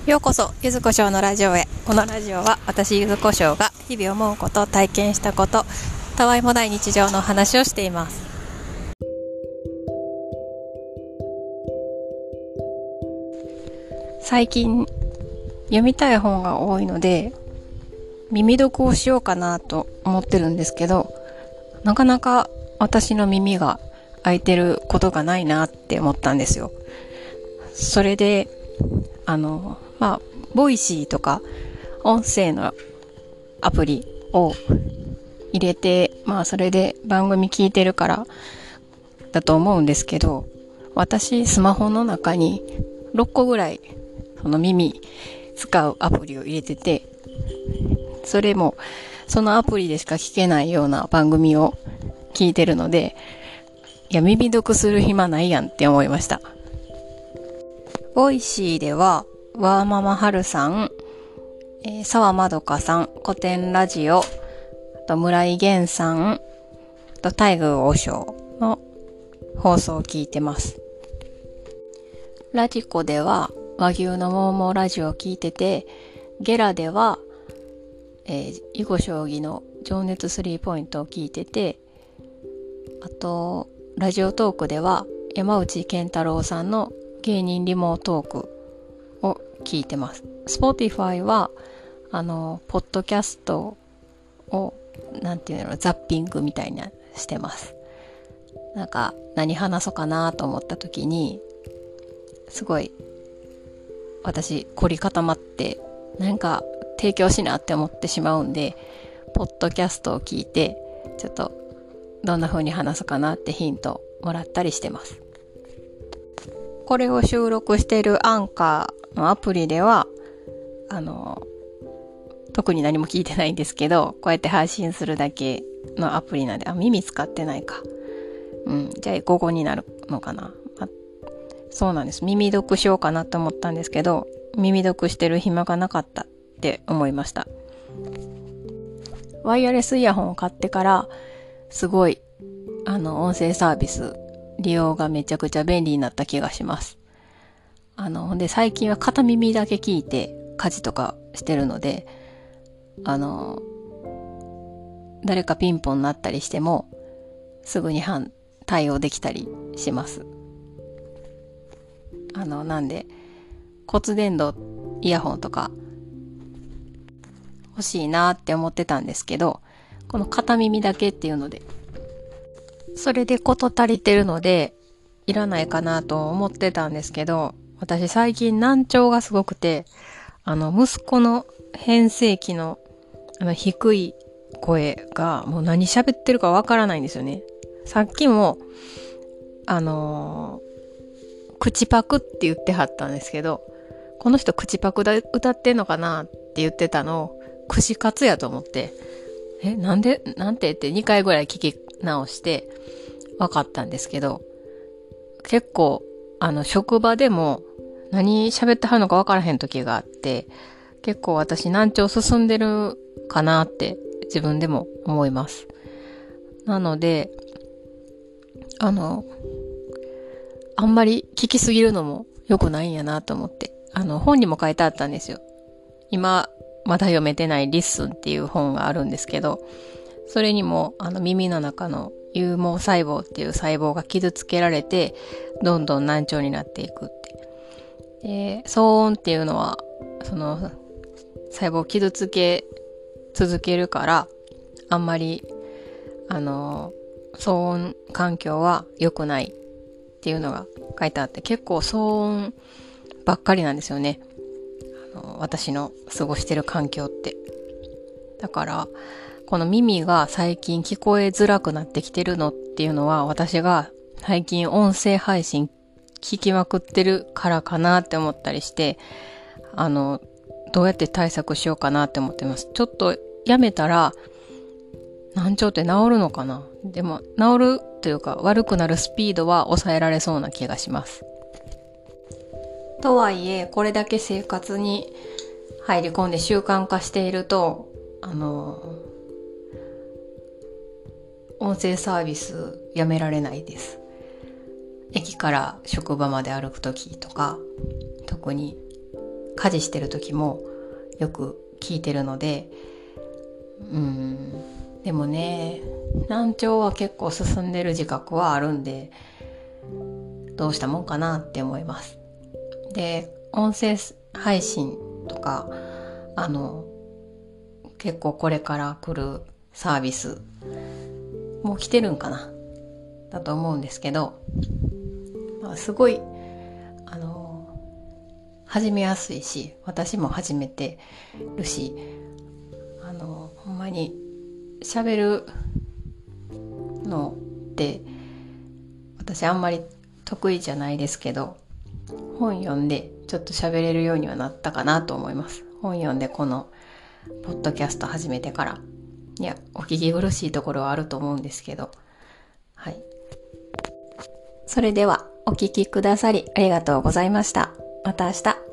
ようこそゆずこしょうのラジオへ。このラジオは私ゆずこしょうが日々思うこと、体験したこと、たわいもない日常の話をしています。最近読みたい本が多いので耳読をしようかなと思ってるんですけど、なかなか私の耳が開いてることがないなって思ったんですよ。それでボイシーとか音声のアプリを入れて、それで番組聞いてるからだと思うんですけど、私スマホの中に6個ぐらいその耳使うアプリを入れてて、それもそのアプリでしか聞けないような番組を聞いてるので、耳読する暇ないやんって思いました。ボイシーではワーママハルさん、沢まどかさん、古典ラジオ、あと村井源さん、あと大宮王将の放送を聞いてます。ラジコでは和牛のモーモーラジオを聞いてて、ゲラでは、囲碁将棋の情熱3ポイントを聞いてて、あとラジオトークでは山内健太郎さんの芸人リモートークを聞いてます。Spotify はポッドキャストをザッピングみたいにしてます。何話そうかなと思った時にすごい私凝り固まって提供しなって思ってしまうんで、ポッドキャストを聞いてちょっとどんな風に話そうかなってヒントもらったりしてます。これを収録しているアンカーのアプリでは特に何も聞いてないんですけど、こうやって配信するだけのアプリなんで、耳使ってないか。じゃあ午後になるのかな。そうなんです。耳読しようかなと思ったんですけど、耳読してる暇がなかったって思いました。ワイヤレスイヤホンを買ってからすごい音声サービス利用がめちゃくちゃ便利になった気がします。で最近は片耳だけ聞いて家事とかしてるので、誰かピンポン鳴ったりしてもすぐに対応できたりします。なんで骨伝導イヤホンとか欲しいなって思ってたんですけど、この片耳だけっていうのでそれで事足りてるのでいらないかなと思ってたんですけど、私最近難聴がすごくて、息子の変声期の低い声がもう何喋ってるかわからないんですよね。さっきも口パクって言ってはったんですけど、この人口パクで歌ってんのかなって言ってたのを串カツやと思って、なんてって2回ぐらい聞き直して分かったんですけど、結構職場でも何喋ってはるのか分からへん時があって、結構私難聴進んでるかなって自分でも思います。なのであんまり聞きすぎるのも良くないんやなと思って、本にも書いてあったんですよ。今まだ読めてないリッスンっていう本があるんですけど、それにも耳の中の有毛細胞っていう細胞が傷つけられてどんどん難聴になっていくって。で、騒音っていうのはその細胞を傷つけ続けるからあんまり騒音環境は良くないっていうのが書いてあって、結構騒音ばっかりなんですよね。私の過ごしてる環境って。だからこの耳が最近聞こえづらくなってきてるのっていうのは、私が最近音声配信聞きまくってるからかなって思ったりして、どうやって対策しようかなって思ってます。ちょっとやめたら難聴って治るのかな。でも治るというか悪くなるスピードは抑えられそうな気がします。とはいえこれだけ生活に入り込んで習慣化していると音声サービスやめられないです。駅から職場まで歩くときとか特に家事してる時もよく聞いてるので、でもね、難聴は結構進んでる自覚はあるんで、どうしたもんかなって思います。で、音声配信とか、結構これから来るサービス、もう来てるんかなだと思うんですけど、すごい、始めやすいし、私も始めてるし、ほんまに喋るのって私あんまり得意じゃないですけど、本読んでちょっと喋れるようにはなったかなと思います。本読んでこのポッドキャスト始めてから、いや、お聞き苦しいところはあると思うんですけど、はい。それではお聞きくださりありがとうございました。また明日。